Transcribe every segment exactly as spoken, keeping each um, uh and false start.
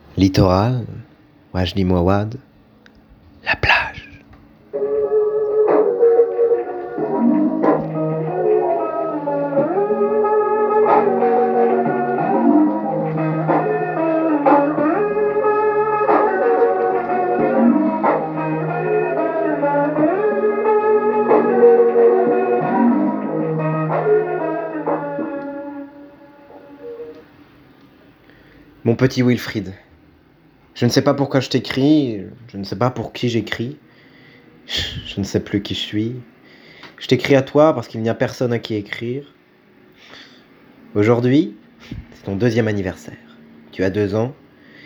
Littoral, Wajdi Mouawad, la plage. Mon petit Wilfried, je ne sais pas pourquoi je t'écris, je ne sais pas pour qui j'écris, je ne sais plus qui je suis. Je t'écris à toi parce qu'il n'y a personne à qui écrire. Aujourd'hui, c'est ton deuxième anniversaire. Tu as deux ans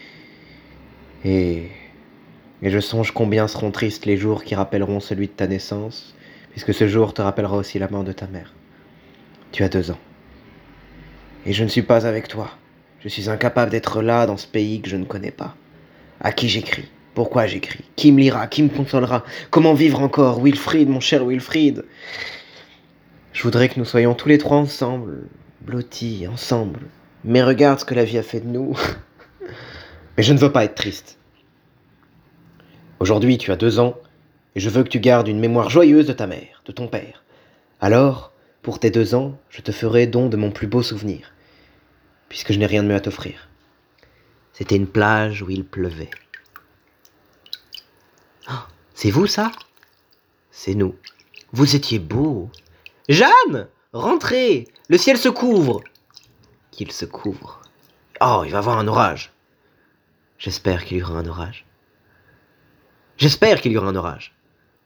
et, et je songe combien seront tristes les jours qui rappelleront celui de ta naissance, puisque ce jour te rappellera aussi la mort de ta mère. Tu as deux ans. Et je ne suis pas avec toi. Je suis incapable d'être là dans ce pays que je ne connais pas. À qui j'écris? Pourquoi j'écris? Qui me lira? Qui me consolera? Comment vivre encore? Wilfried, mon cher Wilfried. Je voudrais que nous soyons tous les trois ensemble, blottis, ensemble. Mais regarde ce que la vie a fait de nous. Mais je ne veux pas être triste. Aujourd'hui, tu as deux ans, et je veux que tu gardes une mémoire joyeuse de ta mère, de ton père. Alors, pour tes deux ans, je te ferai don de mon plus beau souvenir, puisque je n'ai rien de mieux à t'offrir. C'était une plage où il pleuvait. Oh, c'est vous ça? C'est nous. Vous étiez beau. Jeanne, rentrez, le ciel se couvre. Qu'il se couvre. Oh, il va y avoir un orage. J'espère qu'il y aura un orage. J'espère qu'il y aura un orage.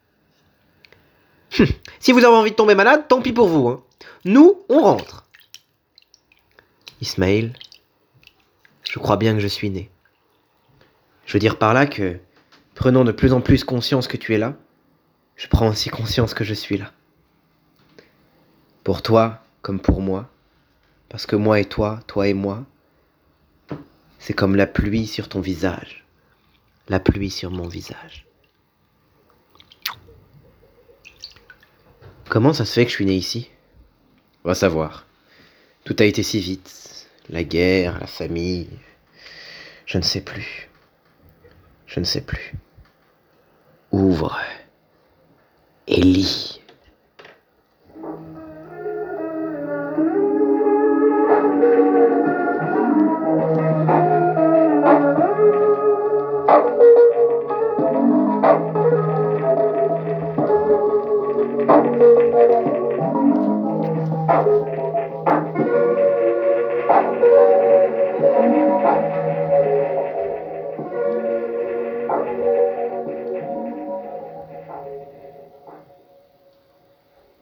Hum, si vous avez envie de tomber malade, tant pis pour vous. Hein. Nous, on rentre. Ismaël, je crois bien que je suis né. Je veux dire par là que, prenant de plus en plus conscience que tu es là, je prends aussi conscience que je suis là. Pour toi, comme pour moi, parce que moi et toi, toi et moi, c'est comme la pluie sur ton visage, la pluie sur mon visage. Comment ça se fait que je suis né ici? On va savoir. Tout a été si vite. La guerre, la famille. Je ne sais plus. Je ne sais plus. Ouvre et lis. Thank you.